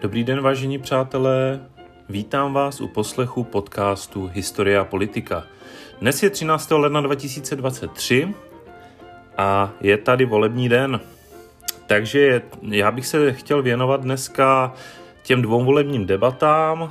Dobrý den, vážení přátelé, vítám vás u poslechu podcastu Historie a politika. Dnes je 13. ledna 2023 a je tady volební den. Takže já bych se chtěl věnovat dneska těm dvou volebním debatám,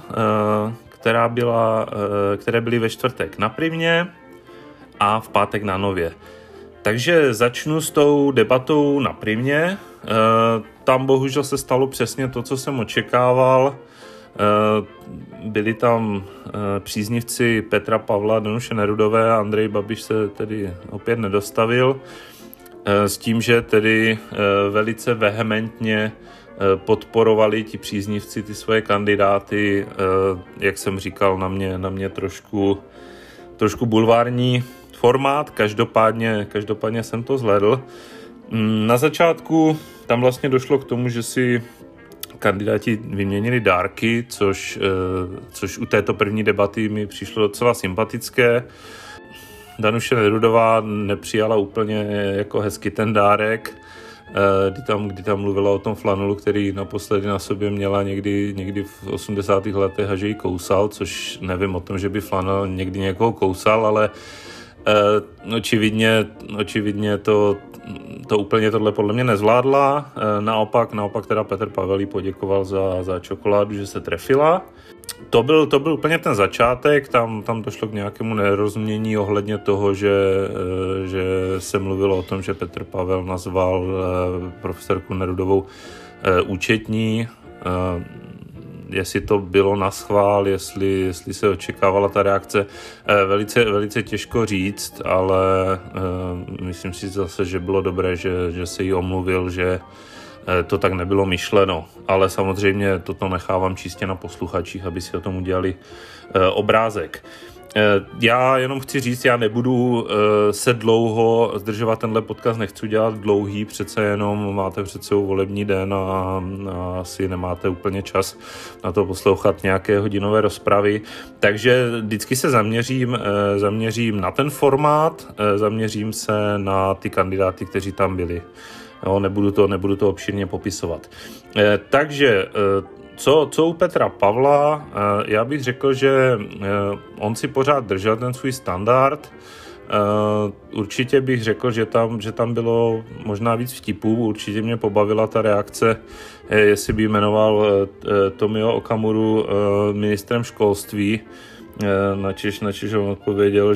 které byly ve čtvrtek na Primě a v pátek na Nově. Takže začnu s tou debatou na Primě. Tam bohužel se stalo přesně to, co jsem očekával. Byli tam příznivci Petra Pavla, Danuše Nerudové a Andrej Babiš se tedy opět nedostavil. S tím, že tedy velice vehementně podporovali ti příznivci ty svoje kandidáty, jak jsem říkal, na mě trošku bulvární formát, každopádně jsem to zhlédl. Na začátku tam vlastně došlo k tomu, že si kandidáti vyměnili dárky, což u této první debaty mi přišlo docela sympatické. Danuše Nerudová nepřijala úplně jako hezky ten dárek, kdy tam mluvila o tom flanelu, který naposledy na sobě měla někdy v 80. letech a že ji kousal, což nevím o tom, že by flanel někdy někoho kousal, ale očividně to úplně tohle podle mě nezvládla. Naopak teda Petr Pavel jí poděkoval za čokoládu, že se trefila. To byl úplně ten začátek, tam došlo k nějakému nerozumění ohledně toho, že se mluvilo o tom, že Petr Pavel nazval profesorku Nerudovou účetní. Jestli to bylo naschvál, jestli se očekávala ta reakce, velice těžko říct, ale myslím si zase, že bylo dobré, že se jí omluvil, že to tak nebylo myšleno, ale samozřejmě toto nechávám čistě na posluchačích, aby si o tom udělali obrázek. Já jenom chci říct, já nebudu se dlouho zdržovat, tenhle podcast nechci dělat dlouhý, přece jenom máte před sebou volební den a asi nemáte úplně čas na to poslouchat nějaké hodinové rozpravy, takže vždycky se zaměřím na ten formát, zaměřím se na ty kandidáty, kteří tam byli. Jo, nebudu to obšírně popisovat. Takže co u Petra Pavla, já bych řekl, že on si pořád držel ten svůj standard. Určitě bych řekl, že tam bylo možná víc vtipů, určitě mě pobavila ta reakce, jestli by jmenoval Tomio Okamuru ministrem školství, načež on odpověděl,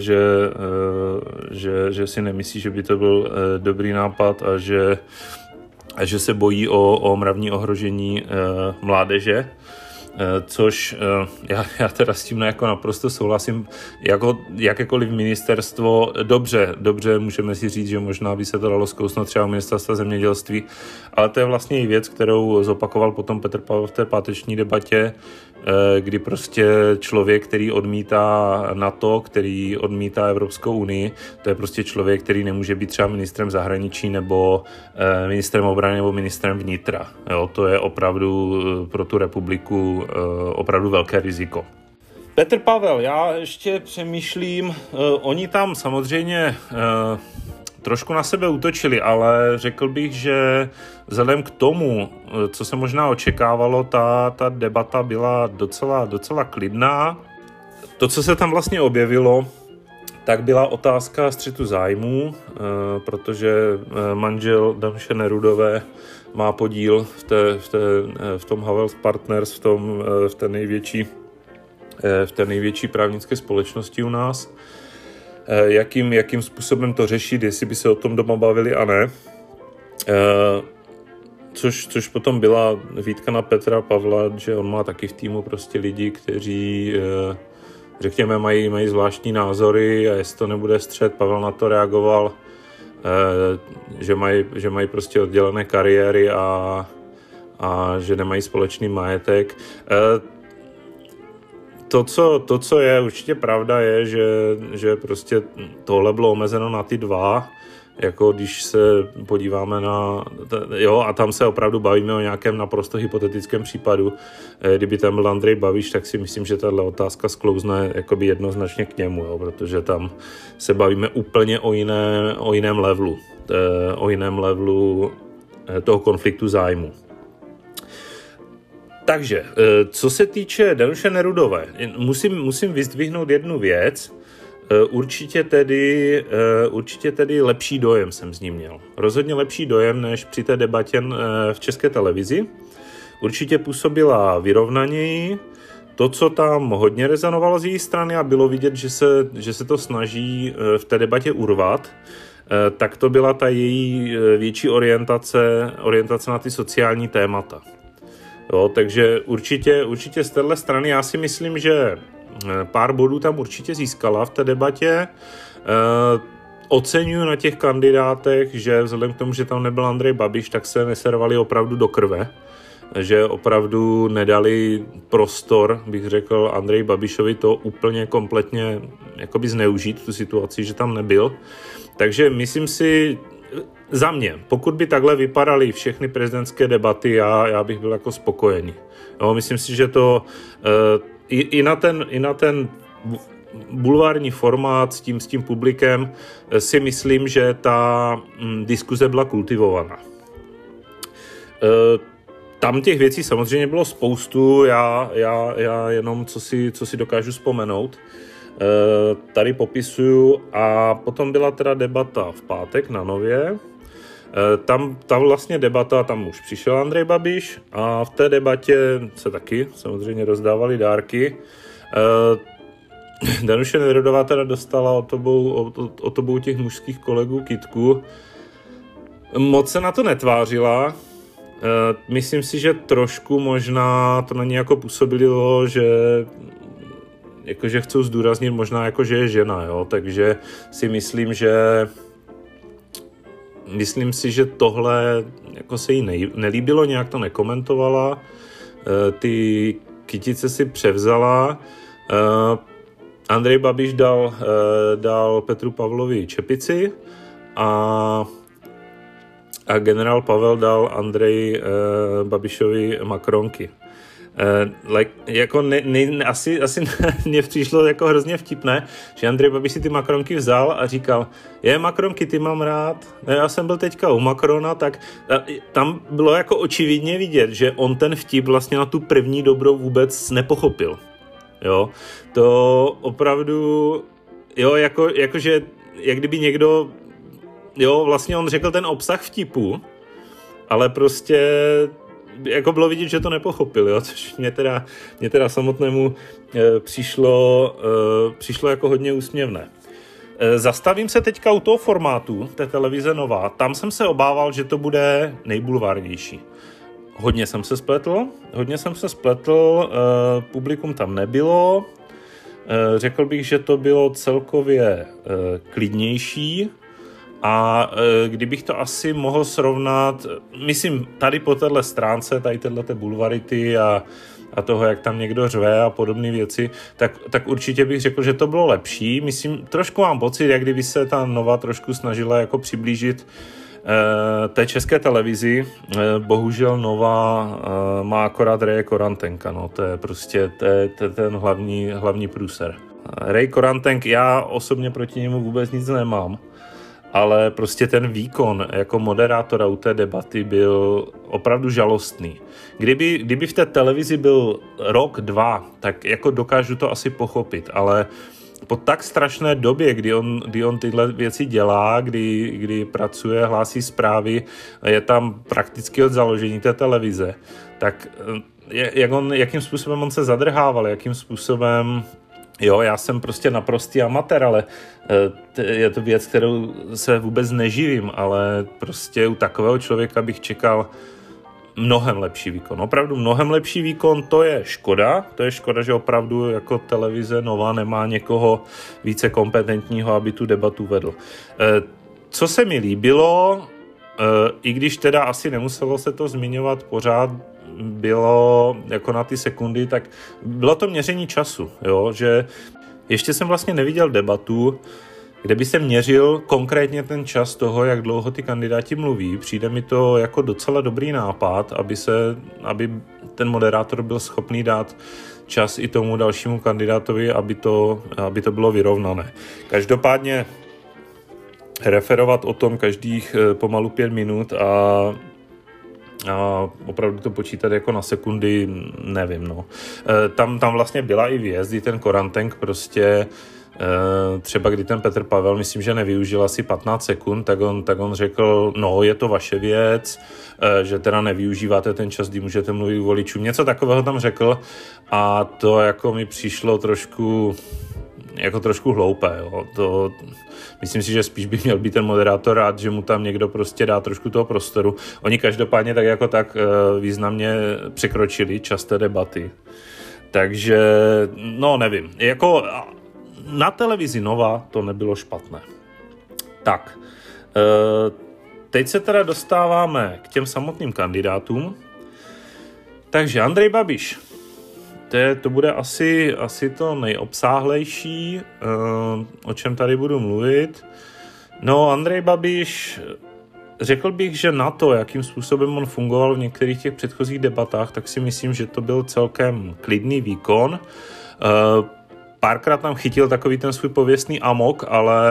že si nemyslí, že by to byl dobrý nápad a že se bojí o mravní ohrožení mládeže, což já teda s tím jako naprosto souhlasím. Jako jakékoliv ministerstvo, dobře, můžeme si říct, že možná by se to dalo zkousnout třeba ministerstva zemědělství, ale to je vlastně i věc, kterou zopakoval potom Petr Pavel v té páteční debatě, kdy prostě člověk, který odmítá NATO, který odmítá Evropskou unii, to je prostě člověk, který nemůže být třeba ministrem zahraničí nebo ministrem obrany nebo ministrem vnitra. Jo, to je opravdu pro tu republiku opravdu velké riziko. Petr Pavel, já ještě přemýšlím, oni tam samozřejmě trošku na sebe útočili, ale řekl bych, že vzhledem k tomu, co se možná očekávalo, ta debata byla docela klidná. To, co se tam vlastně objevilo, tak byla otázka střetu zájmů, protože manžel Danuše Nerudové má podíl v tom Havells Partners, v té největší právnické společnosti u nás. Jakým způsobem to řešit, jestli by se o tom doma bavili a ne. Což potom byla výtka na Petra Pavla, že on má taky v týmu prostě lidi, kteří řekněme mají zvláštní názory a jestli to nebude střet, Pavel na to reagoval, že mají prostě oddělené kariéry a že nemají společný majetek. To, co je určitě pravda, je, že prostě tohle bylo omezeno na ty dva, jako když se podíváme a tam se opravdu bavíme o nějakém naprosto hypotetickém případu. Kdyby tam byl Andrej Babiš, tak si myslím, že tahle otázka sklouzne jakoby jednoznačně k němu, jo, protože tam se bavíme úplně o jiném levelu toho konfliktu zájmu. Takže, co se týče Danuše Nerudové, musím vyzdvihnout jednu věc. Určitě tedy lepší dojem jsem z ní měl. Rozhodně lepší dojem, než při té debatě v České televizi. Určitě působila vyrovnaněji. To, co tam hodně rezonovalo z její strany a bylo vidět, že se to snaží v té debatě urvat, tak to byla ta její větší orientace na ty sociální témata. Jo, takže určitě z téhle strany já si myslím, že pár bodů tam určitě získala v té debatě. Oceňuji na těch kandidátech, že vzhledem k tomu, že tam nebyl Andrej Babiš, tak se neservali opravdu do krve. Že opravdu nedali prostor, bych řekl, Andreji Babišovi to úplně kompletně jakoby zneužít, tu situaci, že tam nebyl. Takže myslím si, za mě, pokud by takhle vypadaly všechny prezidentské debaty, já bych byl jako spokojený. Jo, myslím si, že to i na ten bulvární formát s tím publikem si myslím, že ta diskuze byla kultivovaná. Tam těch věcí samozřejmě bylo spoustu, já jenom co si dokážu vzpomenout, tady popisuju a potom byla teda debata v pátek na Nově. Ta vlastně debata, tam už přišel Andrej Babiš a v té debatě se taky samozřejmě rozdávaly dárky. Danuše Nerudová teda dostala od obou těch mužských kolegů kytku. Moc se na to netvářila. Myslím si, že trošku možná to na ní jako působilo, že jakože chcou zdůraznit možná jako, že je žena, jo? Takže si myslím si, že tohle jako se jí nelíbilo, nějak to nekomentovala, ty kytice si převzala. Andrej Babiš dal Petru Pavlovi čepici a generál Pavel dal Andreji Babišovi makronky. Jako asi mě přišlo jako hrozně vtipné, že Andrej Babiš si ty makronky vzal a říkal, makronky, ty mám rád, já jsem byl teďka u Macrona, tak tam bylo jako očividně vidět, že on ten vtip vlastně na tu první dobrou vůbec nepochopil. Jo, to opravdu, jo, jakože, jak kdyby někdo, jo, vlastně on řekl ten obsah vtipu, ale prostě jako bylo vidět, že to nepochopil, jo, což mě teda samotnému přišlo jako hodně úsměvné. Zastavím se teďka u toho formátu té televize Nová. Tam jsem se obával, že to bude nejbulvárnější. Hodně jsem se spletl, publikum tam nebylo. Řekl bych, že to bylo celkově klidnější. A kdybych to asi mohl srovnat, myslím, tady po téhle stránce, tady téhleté bulvarity a toho, jak tam někdo řve a podobné věci, tak určitě bych řekl, že to bylo lepší. Myslím, trošku mám pocit, jak kdyby se ta Nova trošku snažila jako přiblížit té české televizi. Bohužel Nova má akorát Reje Korantenka, no, to je prostě ten hlavní průser. Rej Korantenk, já osobně proti němu vůbec nic nemám, ale prostě ten výkon jako moderátora u té debaty byl opravdu žalostný. Kdyby v té televizi byl rok, 2, tak jako dokážu to asi pochopit, ale po tak strašné době, kdy on tyhle věci dělá, kdy pracuje, hlásí zprávy, je tam prakticky od založení té televize, tak jakým způsobem on se zadrhával, jakým způsobem. Jo, já jsem prostě naprostý amatér, ale je to věc, kterou se vůbec neživím, ale prostě u takového člověka bych čekal mnohem lepší výkon. Opravdu mnohem lepší výkon, to je škoda, že opravdu jako televize Nová nemá někoho více kompetentního, aby tu debatu vedl. Co se mi líbilo, i když teda asi nemuselo se to zmiňovat pořád, bylo jako na ty sekundy, tak bylo to měření času, jo, že ještě jsem vlastně neviděl debatu, kde by se měřil konkrétně ten čas toho, jak dlouho ty kandidáti mluví. Přijde mi to jako docela dobrý nápad, aby ten moderátor byl schopný dát čas i tomu dalšímu kandidátovi, aby to bylo vyrovnané. Každopádně referovat o tom každých pomalu 5 minut a A opravdu to počítat jako na sekundy, nevím, no. Tam vlastně byla i věc, kdy ten Korantank prostě třeba kdy ten Petr Pavel, myslím, že nevyužil asi 15 sekund, tak on řekl, no, je to vaše věc, že teda nevyužíváte ten čas, kdy můžete mluvit k voličům. Něco takového tam řekl a to jako mi přišlo trošku hloupé. Jo. To, myslím si, že spíš by měl být ten moderátor rád, že mu tam někdo prostě dá trošku toho prostoru. Oni každopádně tak jako tak významně překročili čas té debaty. Takže, no nevím, jako na televizi Nova to nebylo špatné. Tak, teď se teda dostáváme k těm samotným kandidátům. Takže Andrej Babiš, to bude asi to nejobsáhlejší, o čem tady budu mluvit. No, Andrej Babiš, řekl bych, že na to, jakým způsobem on fungoval v některých těch předchozích debatách, tak si myslím, že to byl celkem klidný výkon. Párkrát tam chytil takový ten svůj pověstný amok, ale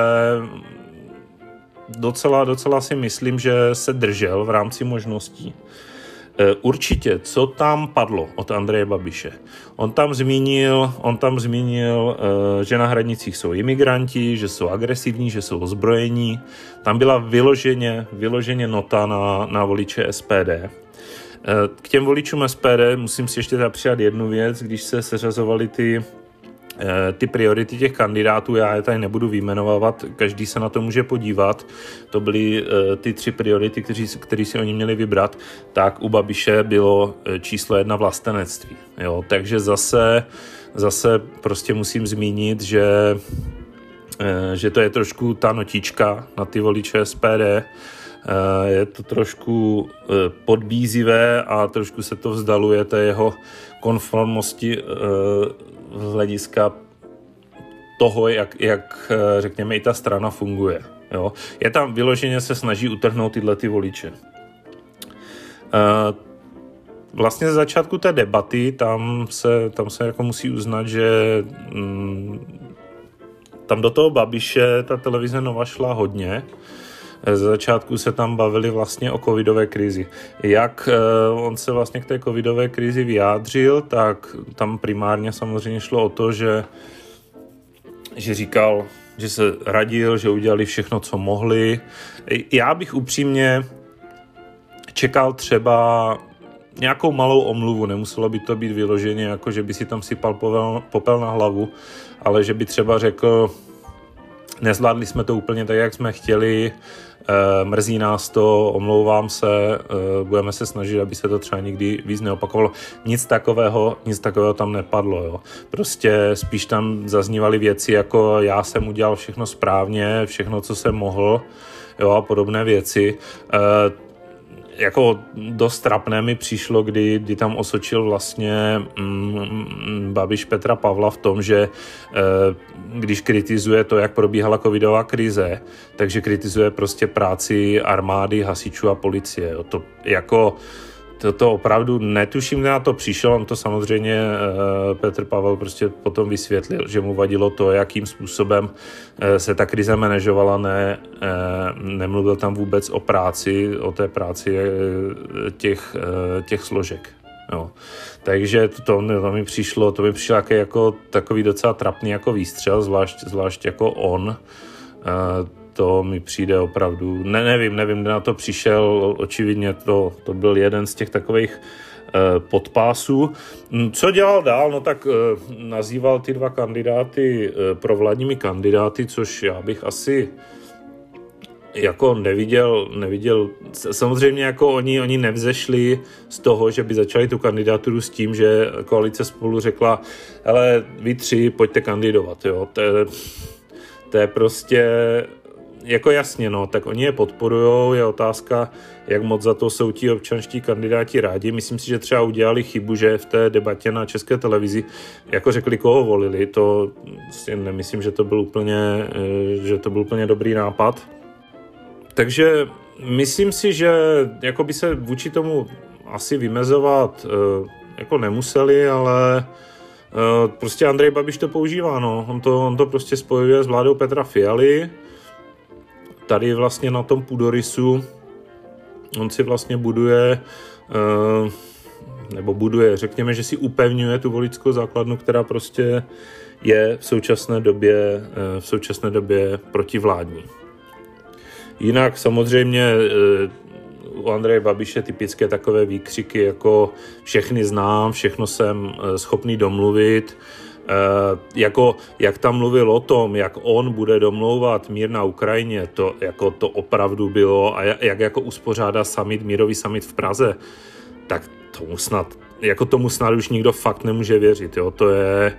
docela si myslím, že se držel v rámci možností. Určitě, co tam padlo od Andreje Babiše? On tam zmínil, že na hranicích jsou imigranti, že jsou agresivní, že jsou ozbrojení. Tam byla vyloženě nota na voliče SPD. K těm voličům SPD musím si ještě přidat jednu věc, když se seřazovaly ty priority těch kandidátů, já je tady nebudu vyjmenovávat, každý se na to může podívat, to byly ty 3 priority, které si oni měli vybrat, tak u Babiše bylo číslo 1 vlastenectví. Jo? Takže zase prostě musím zmínit, že to je trošku ta notička na ty voliče SPD, je to trošku podbízivé a trošku se to vzdaluje té jeho konformnosti z hlediska toho, jak řekněme i ta strana funguje. Jo? Je tam vyloženě se snaží utrhnout tyhle ty voliče. Vlastně ze začátku té debaty tam se jako musí uznat, že tam do toho Babiše ta televize Nova šla hodně. Ze začátku se tam bavili vlastně o covidové krizi. Jak on se vlastně k té covidové krizi vyjádřil, tak tam primárně samozřejmě šlo o to, že říkal, že se radil, že udělali všechno, co mohli. Já bych upřímně čekal třeba nějakou malou omluvu, nemuselo by to být vyloženě, jako že by si tam sypal popel na hlavu, ale že by třeba řekl, nezvládli jsme to úplně tak, jak jsme chtěli, mrzí nás to, omlouvám se, budeme se snažit, aby se to třeba nikdy víc neopakovalo. Nic takového tam nepadlo. Jo. Prostě spíš tam zaznívaly věci, jako já jsem udělal všechno správně, všechno, co jsem mohl, jo, a podobné věci. Jako dost trapné mi přišlo, kdy tam osočil vlastně Babiš Petra Pavla v tom, že když kritizuje to, jak probíhala covidová krize, takže kritizuje prostě práci armády, hasičů a policie. Jo. To opravdu netuším, kde na to přišel, on to samozřejmě Petr Pavel prostě potom vysvětlil, že mu vadilo to, jakým způsobem se ta krize manažovala, nemluvil tam vůbec o té práci těch složek. Jo. Takže to mi přišlo jako takový docela trapný jako výstřel, zvlášť jako on. To mi přijde opravdu, nevím, kde na to přišel, očividně to byl jeden z těch takových podpásů. Co dělal dál? No tak nazýval ty 2 kandidáty provládními kandidáty, což já bych asi jako neviděl. Samozřejmě jako oni nevzešli z toho, že by začali tu kandidaturu s tím, že koalice Spolu řekla, hele, vy 3 pojďte kandidovat, jo. To je prostě jako jasně, no, tak oni je podporujou, je otázka, jak moc za to jsou ti občanští kandidáti rádi. Myslím si, že třeba udělali chybu, že v té debatě na České televizi jako řekli, koho volili. To si nemyslím, že to byl úplně dobrý nápad. Takže myslím si, že jako by se vůči tomu asi vymezovat jako nemuseli, ale prostě Andrej Babiš to používá, no. On to prostě spojuje s vládou Petra Fialy. Tady vlastně na tom půdorysu on si vlastně buduje nebo buduje, řekněme, že si upevňuje tu voličskou základnu, která prostě je v současné době protivládní. Jinak samozřejmě u Andreje Babiše typické takové výkřiky jako všechny znám, všechno jsem schopný domluvit, jak tam mluvil o tom, jak on bude domlouvat mír na Ukrajině, to opravdu bylo a jak jako uspořádá mírový summit v Praze, tak tomu snad už nikdo fakt nemůže věřit, jo, to je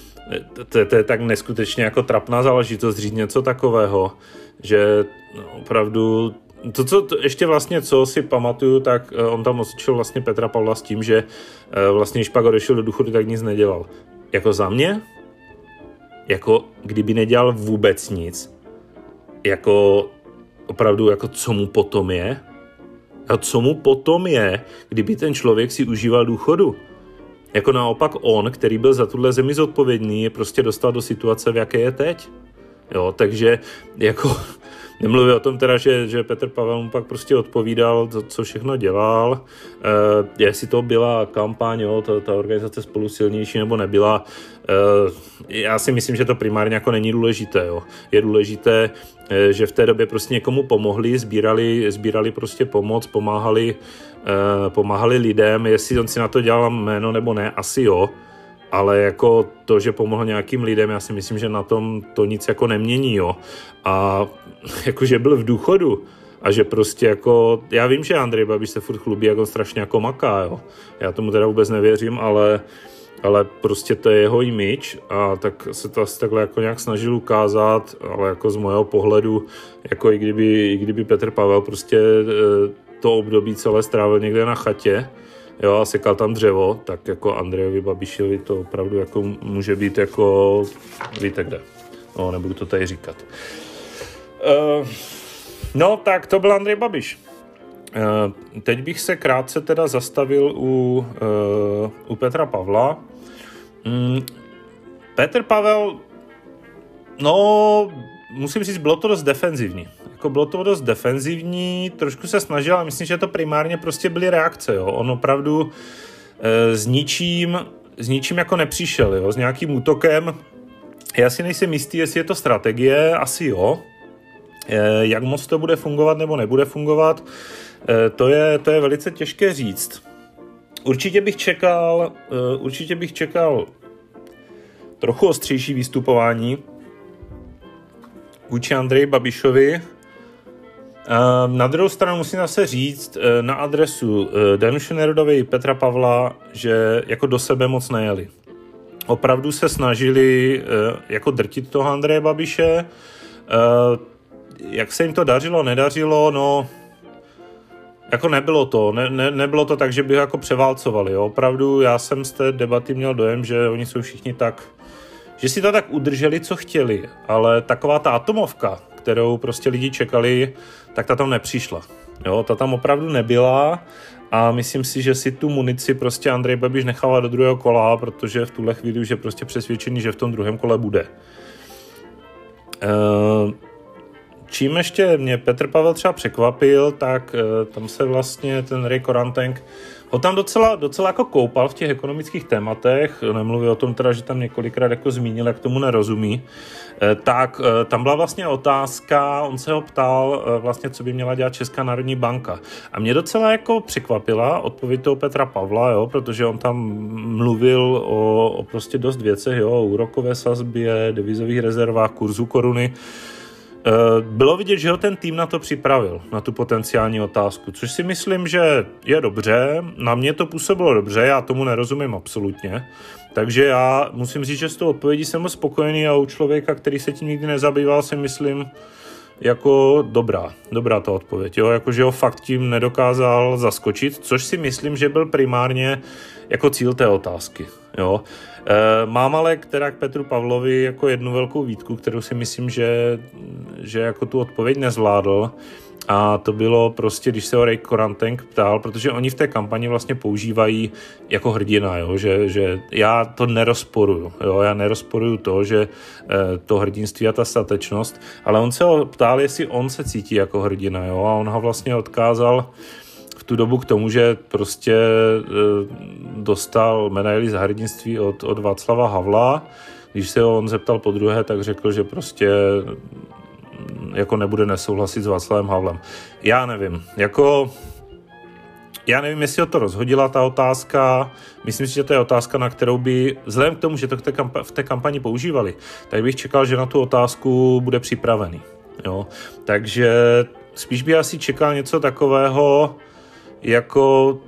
tak neskutečně jako trapná záležitost říct něco takového, že opravdu ještě vlastně, co si pamatuju, tak on tam osočil vlastně Petra Pavla s tím, že vlastně, když pak odešel do důchodu, tak nic nedělal. Jako za mě, jako kdyby nedělal vůbec nic, jako opravdu, jako co mu potom je? A co mu potom je, kdyby ten člověk si užíval důchodu? Jako naopak on, který byl za tuhle zemi zodpovědný, je prostě dostal do situace, v jaké je teď. Jo, takže jako nemluví o tom teda, že Petr Pavel mu pak prostě odpovídal, co všechno dělal, jestli to byla kampaň, jo, ta organizace Spolu silnější nebo nebyla. Já si myslím, že to primárně jako není důležité. Jo. Je důležité, že v té době prostě někomu pomohli, sbírali prostě pomoc, pomáhali lidem, jestli on si na to dělal jméno nebo ne, asi jo. Ale jako to, že pomohl nějakým lidem, já si myslím, že na tom to nic jako nemění, jo. A jakože byl v důchodu a že prostě jako, já vím, že Andrej Babiš se furt chlubí, jako strašně jako maká, jo. Já tomu teda vůbec nevěřím, ale prostě to je jeho image a tak se to asi takhle jako nějak snažil ukázat, ale jako z mého pohledu, jako i kdyby Petr Pavel prostě to období celé strávil někde na chatě, jo, a sekal tam dřevo, tak jako Andrejovi Babišovi to opravdu jako může být jako, víte kde. No, nebudu to tady říkat. No, tak to byl Andrej Babiš. Teď bych se krátce teda zastavil u Petra Pavla. Petr Pavel, no, musím říct, bylo to dost defenzivní. Jako bylo to dost defenzivní, trošku se snažil, ale myslím, že to primárně prostě byly reakce. Jo. On opravdu s ničím jako nepřišel, jo. S nějakým útokem. Já si nejsem jistý, jestli je to strategie, asi jo. Jak moc to bude fungovat nebo nebude fungovat, to je velice těžké říct. Určitě bych čekal trochu ostřejší vystupování vůči Andreji Babišovi. Na druhou stranu musím zase říct na adresu Danuše Nerudové i Petra Pavla, že jako do sebe moc nejeli. Opravdu se snažili jako drtit toho Andreje Babiše. Jak se jim to dařilo, nedařilo, no jako nebylo to tak, že by ho jako převálcovali. Jo. Opravdu já jsem z té debaty měl dojem, že oni jsou všichni tak, že si to tak udrželi, co chtěli, ale taková ta atomovka, kterou prostě lidi čekali, tak ta tam nepřišla. Jo, ta tam opravdu nebyla a myslím si, že si tu munici prostě Andrej Babiš nechává do druhého kola, protože v tuhle chvíli už je prostě přesvědčený, že v tom druhém kole bude. Čím ještě mě Petr Pavel třeba překvapil, tak tam se vlastně ten Ray Korantank ho tam docela jako koupal v těch ekonomických tématech, nemluví o tom teda, že tam několikrát jako zmínil, jak tomu nerozumí, tak tam byla vlastně otázka, on se ho ptal vlastně, co by měla dělat Česká národní banka. A mě docela jako překvapila odpověď toho Petra Pavla, jo, protože on tam mluvil o prostě dost věcech, jo, o úrokové sazbě, devizových rezervách, kurzu koruny. Bylo vidět, že ho ten tým na to připravil, na tu potenciální otázku, což si myslím, že je dobře, na mě to působilo dobře, já tomu nerozumím absolutně, takže já musím říct, že s tou odpovědí jsem byl spokojený a u člověka, který se tím nikdy nezabýval, si myslím, jako dobrá ta odpověď, jo, jakože ho fakt tím nedokázal zaskočit, což si myslím, že byl primárně jako cíl té otázky, jo. Mám ale k Petru Pavlovi jako jednu velkou výtku, kterou si myslím, že jako tu odpověď nezvládl, a to bylo prostě, když se ho Ray Korantank ptal, protože oni v té kampani vlastně používají jako hrdina, jo, že já to nerozporuju, jo, já nerozporuju to, že to hrdinství a ta statečnost, ale on se ho ptal, jestli on se cítí jako hrdina, jo, a on ho vlastně odkázal v tu dobu k tomu, že prostě dostal medaili za hrdinství od Václava Havla. Když se ho on zeptal podruhé, tak řekl, že prostě jako nebude nesouhlasit s Václavem Havlem. Já nevím, jestli ho to rozhodila ta otázka. Myslím si, že to je otázka, na kterou by, vzhledem k tomu, že to v té kampani používali, tak bych čekal, že na tu otázku bude připravený. Jo? Takže spíš bych asi čekal něco takového, jako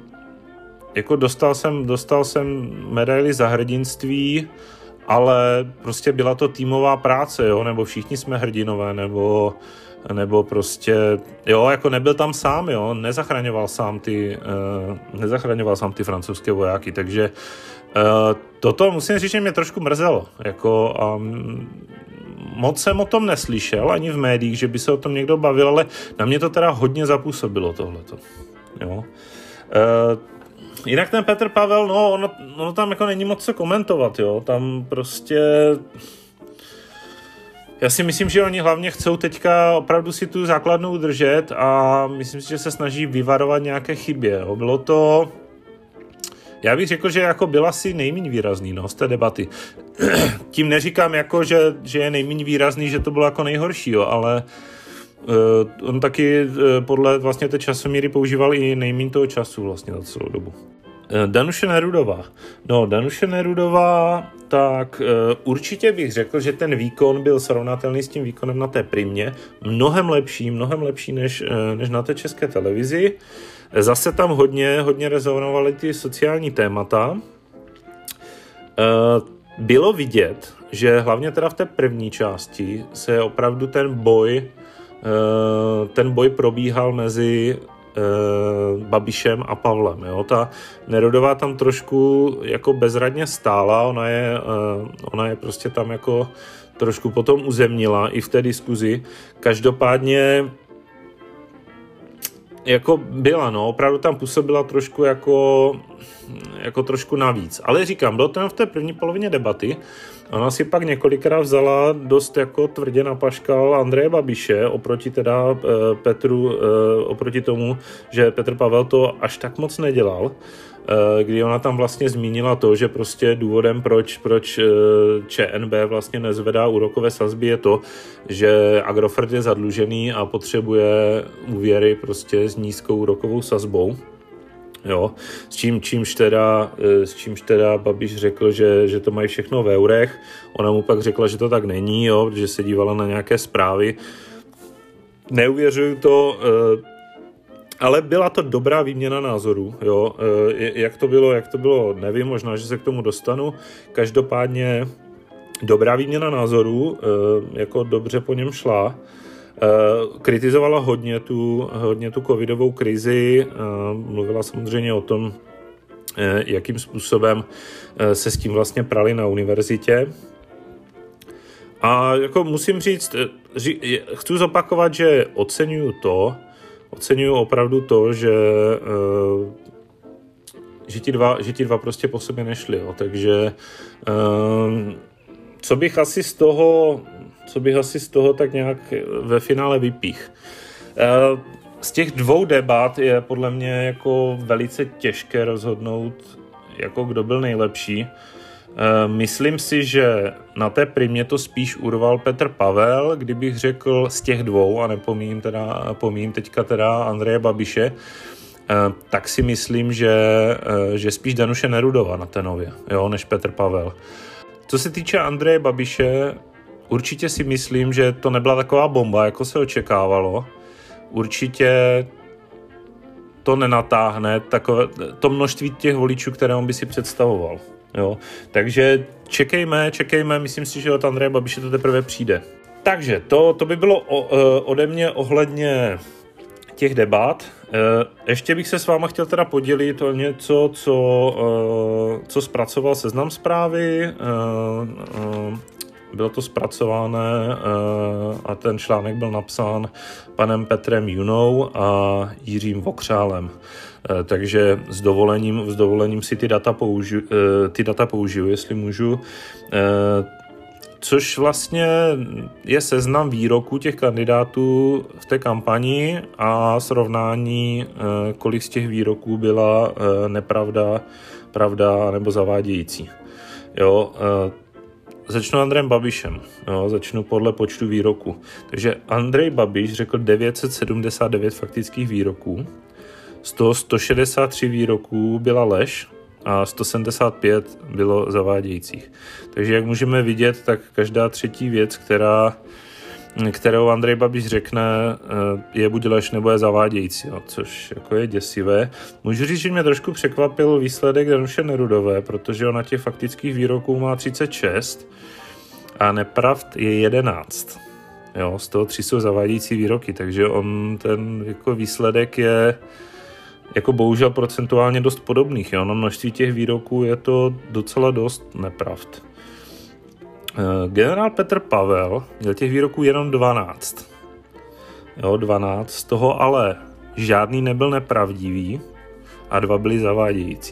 dostal jsem medaili za hrdinství, ale prostě byla to týmová práce, jo? Nebo všichni jsme hrdinové, nebo prostě, jo, jako nebyl tam sám, jo, nezachraňoval sám ty francouzské vojáky, takže toto musím říct, že mě trošku mrzelo, jako moc jsem o tom neslyšel, ani v médiích, že by se o tom někdo bavil, ale na mě to teda hodně zapůsobilo tohleto, jo. Jinak ten Petr Pavel, no, ono tam jako není moc co komentovat, jo, tam prostě... Já si myslím, že oni hlavně chcou teďka opravdu si tu základnu udržet a myslím si, že se snaží vyvarovat nějaké chybě. Jo. Bylo to... Já bych řekl, že jako byl asi nejméně výrazný z té debaty. Tím neříkám, jako, že je nejméně výrazný, že to bylo jako nejhorší, jo, ale on taky podle vlastně té časomíry používal i nejméně toho času vlastně za celou dobu. Danuše Nerudová. No, Danuše Nerudová, tak určitě bych řekl, že ten výkon byl srovnatelný s tím výkonem na té primě. Mnohem lepší než na té České televizi. Zase tam hodně rezonovaly ty sociální témata. Bylo vidět, že hlavně teda v té první části se opravdu ten boj probíhal mezi Babišem a Pavlem. Jo? Ta Nerudová tam trošku jako bezradně stála, ona je prostě tam jako trošku potom uzemnila i v té diskuzi. Každopádně jako byla, no, opravdu tam působila trošku jako trošku navíc. Ale říkám, bylo to v té první polovině debaty. Ona si pak několikrát vzala dost jako tvrdě napaškal Andreje Babiše oproti teda oproti tomu, že Petr Pavel to až tak moc nedělal, kdy ona tam vlastně zmínila to, že prostě důvodem, proč ČNB vlastně nezvedá úrokové sazby, je to, že Agrofert je zadlužený a potřebuje úvěry prostě s nízkou úrokovou sazbou. Jo, s čímž teda Babiš řekl, že to mají všechno v eurech. Ona mu pak řekla, že to tak není, jo, protože se dívala na nějaké zprávy. Neuvěřuju to, ale byla to dobrá výměna názorů. Jo. Jak to bylo, nevím, možná, že se k tomu dostanu. Každopádně dobrá výměna názorů, jako dobře po něm šla. Kritizovala hodně tu covidovou krizi, mluvila samozřejmě o tom, jakým způsobem se s tím vlastně prali na univerzitě. A jako musím říct, chci zopakovat, že oceňuju opravdu to, že ti dva prostě po sobě nešli. Jo. Takže co bych asi z toho tak nějak ve finále vypích. Z těch dvou debat je podle mě jako velice těžké rozhodnout, jako kdo byl nejlepší. Myslím si, že na té primě to spíš urval Petr Pavel, kdybych řekl z těch dvou, a pomíjím teďka teda Andreje Babiše, tak si myslím, že spíš Danuše Nerudová na té nově, jo, než Petr Pavel. Co se týče Andreje Babiše, určitě si myslím, že to nebyla taková bomba, jako se očekávalo. Určitě to nenatáhne to množství těch voličů, které on by si představoval. Jo. Takže čekejme, myslím si, že od Andreje Babiše to teprve přijde. Takže to by bylo ode mě ohledně těch debat. Ještě bych se s váma chtěl teda podělit o něco, co zpracoval Seznam Zprávy. Bylo to zpracované a ten článek byl napsán panem Petrem Junou a Jiřím Vokřálem. Takže s dovolením si ty data použiju, jestli můžu. Což vlastně je seznam výroků těch kandidátů v té kampani a srovnání, kolik z těch výroků byla nepravda, pravda nebo zavádějící. Jo, začnu Andrejem Babišem, jo, začnu podle počtu výroků. Takže Andrej Babiš řekl 979 faktických výroků, z toho 163 výroků byla lež a 175 bylo zavádějících. Takže jak můžeme vidět, tak každá třetí věc, kterou Andrej Babiš řekne, je buď lež nebo je zavádějící, jo, což jako je děsivé. Můžu říct, že mě trošku překvapil výsledek Danuše Nerudové, protože ona těch faktických výroků má 36 a nepravd je 11. Jo, z toho 3 jsou zavádějící výroky, takže ten jako výsledek je jako bohužel procentuálně dost podobných. Jo. Na množství těch výroků je to docela dost nepravd. Generál Petr Pavel měl těch výroků jenom 12. Jo, 12, z toho ale žádný nebyl nepravdivý a 2 byly zavádějící.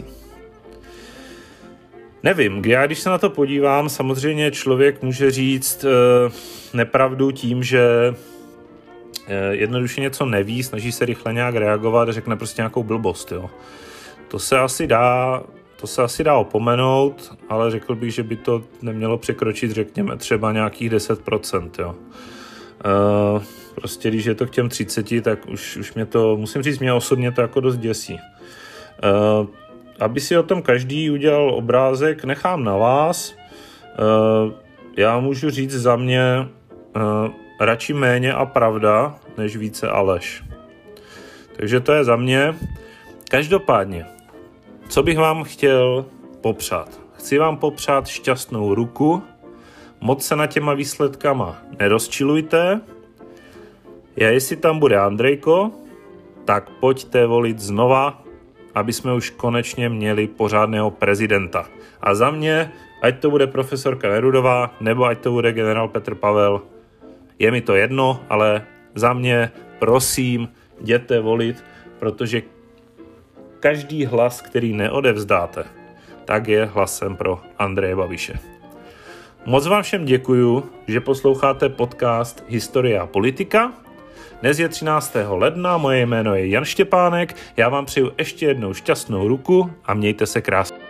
Nevím, já když se na to podívám, samozřejmě člověk může říct nepravdu tím, že jednoduše něco neví, snaží se rychle nějak reagovat a řekne prostě nějakou blbost. Jo. To se asi dá opomenout, ale řekl bych, že by to nemělo překročit, řekněme, třeba nějakých 10%. Jo. Prostě když je to k těm 30, tak už mě to, musím říct, mě osobně to jako dost děsí. Aby si o tom každý udělal obrázek, nechám na vás. Já můžu říct za mě radši méně a pravda, než více a lež. Takže to je za mě. Každopádně, co bych vám chtěl popřát? Chci vám popřát šťastnou ruku, moc se na těma výsledkama nerozčilujte. Jestli tam bude Andrejko, tak pojďte volit znova, aby jsme už konečně měli pořádného prezidenta. A za mě, ať to bude profesorka Nerudová, nebo ať to bude generál Petr Pavel, je mi to jedno, ale za mě, prosím, jděte volit, protože každý hlas, který neodevzdáte, tak je hlasem pro Andreje Babiše. Moc vám všem děkuju, že posloucháte podcast Historie a politika. Dnes je 13. ledna, moje jméno je Jan Štěpánek, já vám přeju ještě jednou šťastnou ruku a mějte se krásně.